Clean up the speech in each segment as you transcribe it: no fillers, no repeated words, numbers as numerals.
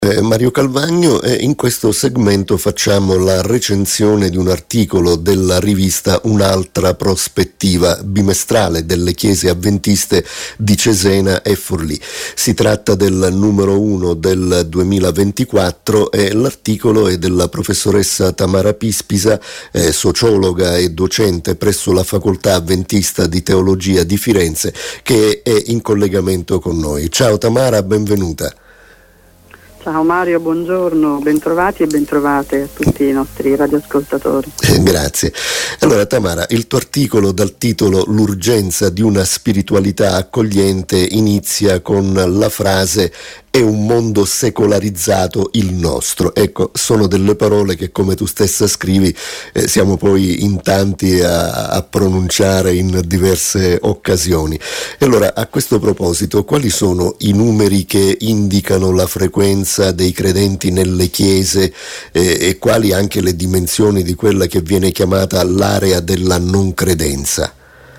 Mario Calvagno, in questo segmento facciamo la recensione di un articolo della rivista Un'altra prospettiva, bimestrale delle chiese avventiste di Cesena e Forlì. Si tratta del numero 1 del 2024 e l'articolo è della professoressa Tamara Pispisa, sociologa e docente presso la Facoltà Avventista di Teologia di Firenze, che è in collegamento con noi. Ciao Tamara, benvenuta. Ciao Mario, buongiorno, bentrovati e bentrovate a tutti i nostri radioascoltatori. Grazie. Allora Tamara, il tuo articolo dal titolo "L'urgenza di una spiritualità accogliente" inizia con la frase "è un mondo secolarizzato il nostro". Ecco, sono delle parole che, come tu stessa scrivi, siamo poi in tanti a pronunciare in diverse occasioni. E allora, a questo proposito, quali sono i numeri che indicano la frequenza dei credenti nelle chiese e quali anche le dimensioni di quella che viene chiamata l'area della non credenza?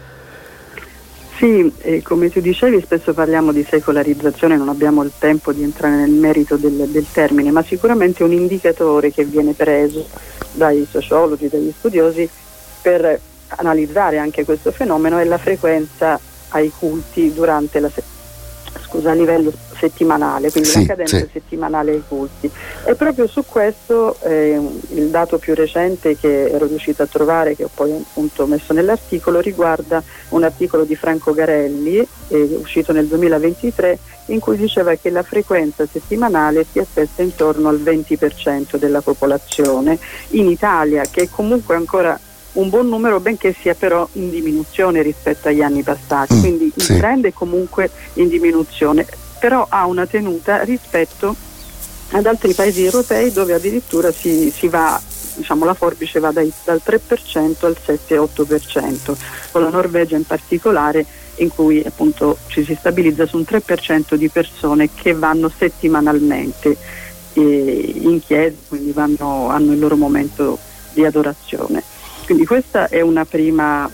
Sì, come tu dicevi, spesso parliamo di secolarizzazione, non abbiamo il tempo di entrare nel merito del termine, ma sicuramente un indicatore che viene preso dai sociologi, dagli studiosi per analizzare anche questo fenomeno è la frequenza ai culti durante a livello settimanale, quindi la cadenza settimanale ai culti. E proprio su questo il dato più recente che ero riuscita a trovare, che ho poi appunto messo nell'articolo, riguarda un articolo di Franco Garelli uscito nel 2023, in cui diceva che la frequenza settimanale si attesta intorno al 20% della popolazione in Italia, che è comunque ancora un buon numero, benché sia però in diminuzione rispetto agli anni passati, quindi il trend è comunque in diminuzione, però ha una tenuta rispetto ad altri paesi europei dove addirittura si va, diciamo, la forbice va dal 3% al 7-8%, con la Norvegia in particolare, in cui appunto ci si stabilizza su un 3% di persone che vanno settimanalmente in chiesa, quindi hanno il loro momento di adorazione. Quindi questa è una prima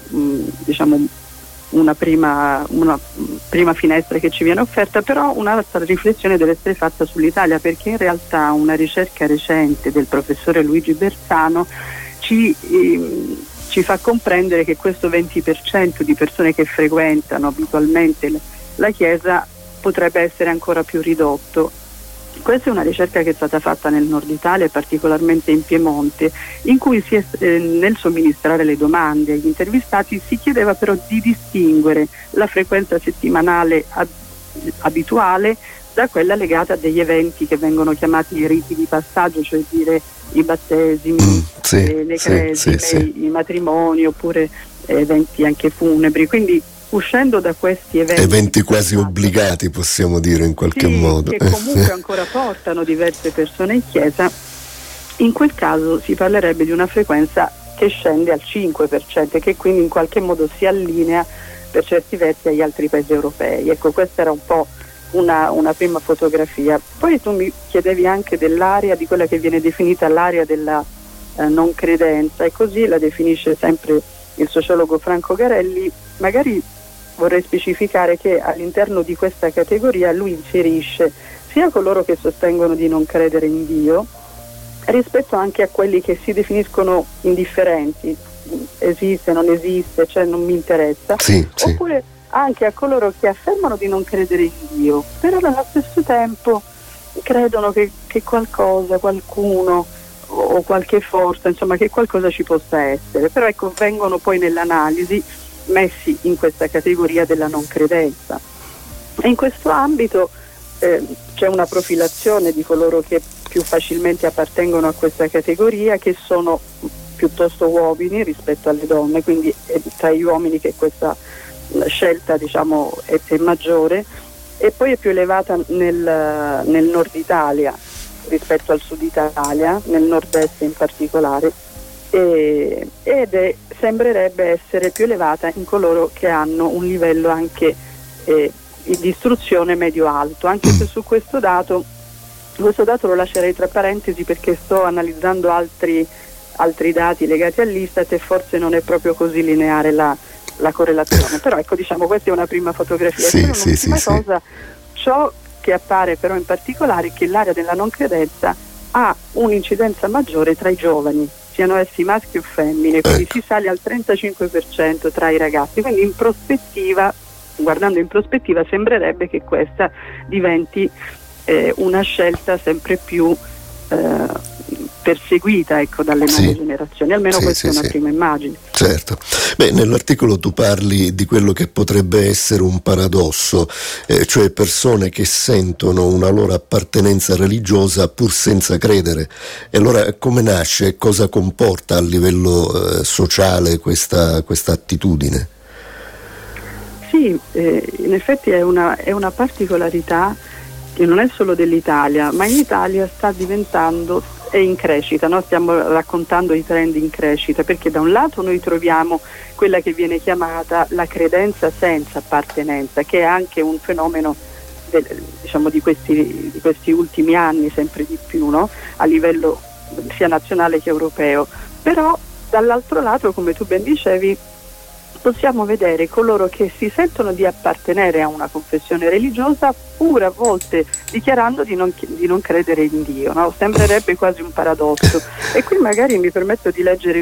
finestra che ci viene offerta, però un'altra riflessione deve essere fatta sull'Italia, perché in realtà una ricerca recente del professore Luigi Bersano ci fa comprendere che questo 20% di persone che frequentano abitualmente la Chiesa potrebbe essere ancora più ridotto. Questa è una ricerca che è stata fatta nel nord Italia e particolarmente in Piemonte, in cui nel somministrare le domande agli intervistati si chiedeva però di distinguere la frequenza settimanale abituale da quella legata a degli eventi che vengono chiamati riti di passaggio, cioè dire i battesimi, le cresime, i matrimoni, oppure eventi anche funebri. Quindi uscendo da questi eventi quasi obbligati, possiamo dire in qualche modo, che comunque ancora portano diverse persone in chiesa, in quel caso si parlerebbe di una frequenza che scende al 5% e che quindi in qualche modo si allinea per certi versi agli altri paesi europei. Ecco, questa era un po' una prima fotografia. Poi tu mi chiedevi anche dell'area, di quella che viene definita l'area della non credenza, e così la definisce sempre il sociologo Franco Garelli. Magari vorrei specificare che all'interno di questa categoria lui inserisce sia coloro che sostengono di non credere in Dio, rispetto anche a quelli che si definiscono indifferenti, esiste, non esiste, cioè non mi interessa, oppure anche a coloro che affermano di non credere in Dio, però allo stesso tempo credono che qualcosa, qualcuno o qualche forza, insomma, che qualcosa ci possa essere, però ecco, vengono poi nell'analisi messi in questa categoria della non credenza. E in questo ambito c'è una profilazione di coloro che più facilmente appartengono a questa categoria, che sono piuttosto uomini rispetto alle donne, quindi è tra gli uomini che questa scelta, diciamo, è maggiore, e poi è più elevata nel nord Italia rispetto al sud Italia, nel nord-est in particolare, ed sembrerebbe essere più elevata in coloro che hanno un livello anche di istruzione medio-alto, anche se su questo dato lo lascerei tra parentesi, perché sto analizzando altri dati legati all'Istat e forse non è proprio così lineare la correlazione, però ecco, diciamo, questa è una prima fotografia. Un'ultima cosa, ciò che appare però in particolare è che l'area della non credenza ha un'incidenza maggiore tra i giovani, siano essi maschi o femmine, quindi si sale al 35% tra i ragazzi, quindi in prospettiva, guardando in prospettiva, sembrerebbe che questa diventi una scelta sempre più perseguita, ecco, dalle nuove generazioni, almeno questa è una prima immagine. Certo. Beh, nell'articolo tu parli di quello che potrebbe essere un paradosso, cioè persone che sentono una loro appartenenza religiosa pur senza credere. E allora come nasce, cosa comporta a livello sociale questa attitudine? Sì, in effetti è una particolarità che non è solo dell'Italia, ma in Italia sta diventando, è in crescita, no? Stiamo raccontando i trend in crescita, perché da un lato noi troviamo quella che viene chiamata la credenza senza appartenenza, che è anche un fenomeno di questi ultimi anni, sempre di più, no? A livello sia nazionale che europeo. Però dall'altro lato, come tu ben dicevi, possiamo vedere coloro che si sentono di appartenere a una confessione religiosa, pur a volte dichiarando di non credere in Dio, no? Sembrerebbe quasi un paradosso. E qui magari mi permetto di leggere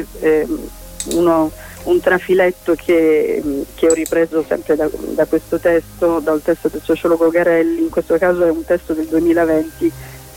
un trafiletto che ho ripreso sempre da questo testo, dal testo del sociologo Garelli. In questo caso è un testo del 2020,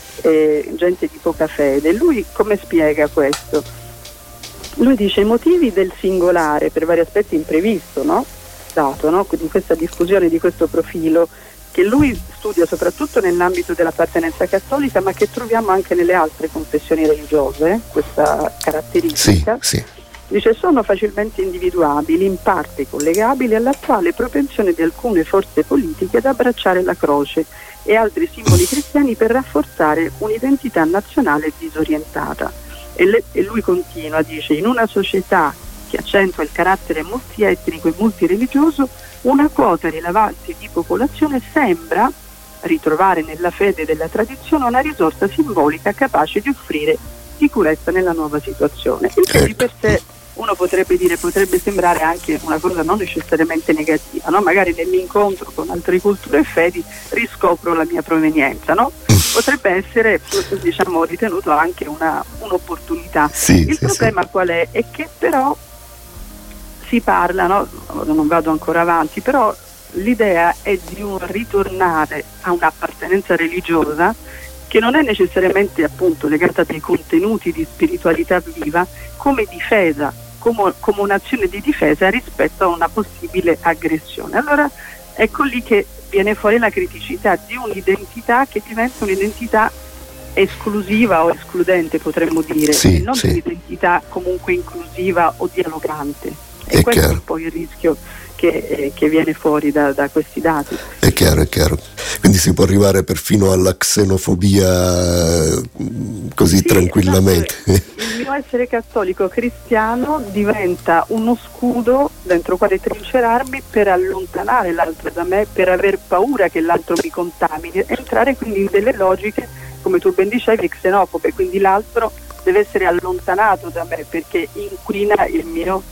Gente di poca fede. Lui come spiega questo? Lui dice: i motivi del singolare, per vari aspetti imprevisto, no? Dato, no? Quindi questa diffusione di questo profilo che lui studia soprattutto nell'ambito dell'appartenenza cattolica, ma che troviamo anche nelle altre confessioni religiose, questa caratteristica. Sì. Dice: sono facilmente individuabili, in parte collegabili all'attuale propensione di alcune forze politiche ad abbracciare la croce e altri simboli cristiani per rafforzare un'identità nazionale disorientata. E lui continua, dice: in una società che accentua il carattere multietnico e multireligioso, una quota rilevante di popolazione sembra ritrovare nella fede della tradizione una risorsa simbolica capace di offrire sicurezza nella nuova situazione. Il che di per sé uno potrebbe sembrare anche una cosa non necessariamente negativa, no? Magari nell'incontro con altre culture e fedi riscopro la mia provenienza, no? Potrebbe essere, diciamo, ritenuto anche un'opportunità. Il problema qual è? È che però si parla, no? Non vado ancora avanti, però l'idea è di un ritornare a un'appartenenza religiosa che non è necessariamente appunto legata a dei contenuti di spiritualità viva, come difesa, come un'azione di difesa rispetto a una possibile aggressione. Allora ecco lì che viene fuori la criticità di un'identità che diventa un'identità esclusiva o escludente, potremmo dire, e non un'identità comunque inclusiva o dialogante. E questo è un po' il rischio che viene fuori da questi dati. È chiaro. Quindi si può arrivare perfino alla xenofobia così tranquillamente. Esatto. Il mio essere cattolico cristiano diventa uno scudo dentro il quale trincerarmi per allontanare l'altro da me, per aver paura che l'altro mi contamini, entrare quindi in delle logiche, come tu ben dicevi, xenofobe, quindi l'altro deve essere allontanato da me perché inquina il mio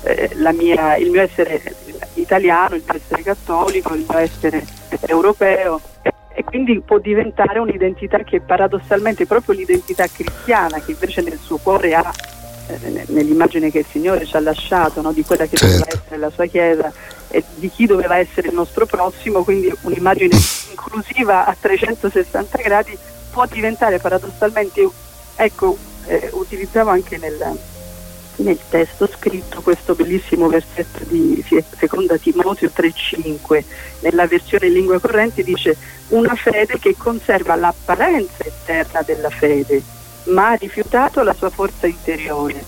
essere italiano, il mio essere cattolico, il mio essere europeo, e quindi può diventare un'identità che paradossalmente è proprio l'identità cristiana, che invece nel suo cuore ha, nell'immagine che il Signore ci ha lasciato, no? Di quella che doveva essere la sua Chiesa e di chi doveva essere il nostro prossimo, quindi un'immagine inclusiva a 360 gradi, può diventare paradossalmente, utilizzavo anche nel testo scritto questo bellissimo versetto di seconda Timoteo 3,5, nella versione in lingua corrente dice: una fede che conserva l'apparenza esterna della fede ma ha rifiutato la sua forza interiore.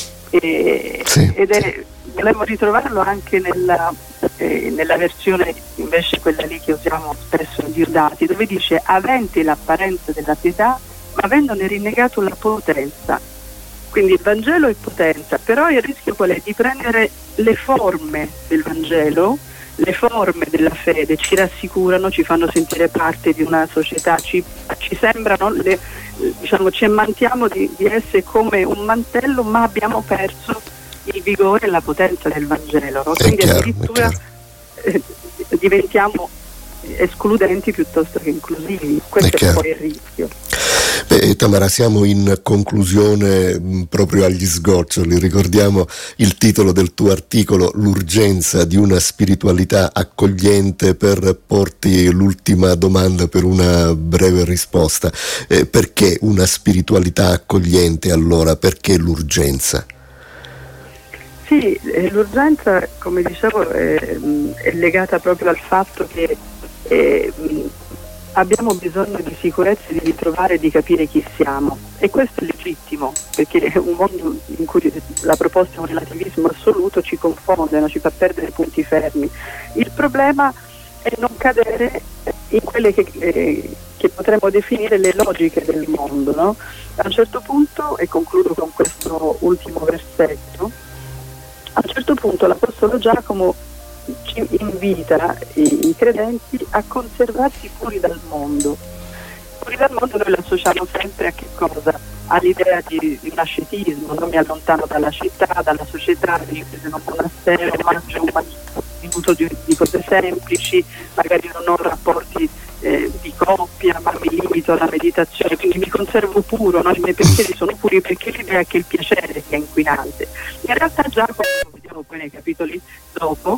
Volevo ritrovarlo anche nella versione invece quella lì che usiamo spesso in Dirdati, dove dice: avente l'apparenza della pietà ma avendone rinnegato la potenza. Quindi il Vangelo è potenza, però il rischio qual è? Di prendere le forme del Vangelo, le forme della fede, ci rassicurano, ci fanno sentire parte di una società, ci sembrano, ci ammantiamo di essere come un mantello, ma abbiamo perso il vigore e la potenza del Vangelo, no? Quindi addirittura diventiamo escludenti piuttosto che inclusivi. Questo è poi il rischio. Tamara, siamo in conclusione proprio agli sgoccioli. Ricordiamo il titolo del tuo articolo, L'urgenza di una spiritualità accogliente, per porti l'ultima domanda per una breve risposta. Perché una spiritualità accogliente allora? Perché l'urgenza? Sì, l'urgenza, come dicevo, è legata proprio al fatto che abbiamo bisogno di sicurezza, di ritrovare e di capire chi siamo, e questo è legittimo, perché è un mondo in cui la proposta è un relativismo assoluto, ci confonde, ci fa perdere i punti fermi. Il problema è non cadere in quelle che potremmo definire le logiche del mondo, no? A un certo punto, e concludo con questo ultimo versetto, a un certo punto l'Apostolo Giacomo ci invita i credenti a conservarsi fuori dal mondo. Fuori dal mondo noi l'associamo sempre a che cosa? All'idea di un ascetismo, non mi allontano dalla città, dalla società, mi preso in un monastero, mangio un minuto di cose semplici, magari non ho rapporti di coppia, ma mi limito alla meditazione, quindi mi conservo puro, no? I miei pensieri sono puri, perché l'idea è che il piacere sia inquinante. In realtà Giacomo, lo vediamo poi nei capitoli dopo,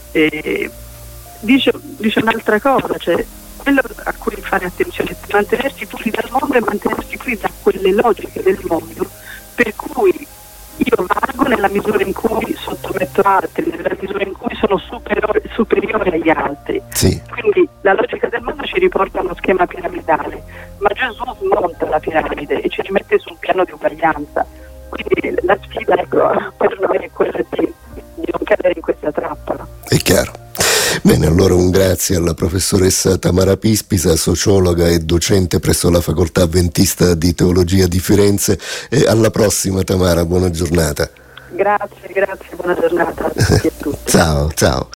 dice un'altra cosa, cioè quello a cui fare attenzione, mantenersi fuori dal mondo e mantenersi fuori da quelle logiche del mondo per cui io valgo nella misura in cui sottometto altri, nella misura in cui sono superiore agli altri. Sì. Quindi la logica del mondo ci riporta a uno schema piramidale, ma Gesù smonta la piramide e ci rimette su un piano di uguaglianza. Quindi la sfida, per noi è quella di non cadere in questa trappola. È chiaro. Bene, allora un grazie alla professoressa Tamara Pispisa, sociologa e docente presso la Facoltà Adventista di Teologia di Firenze, e alla prossima Tamara, buona giornata. Grazie, buona giornata a tutti e a tutte. Ciao.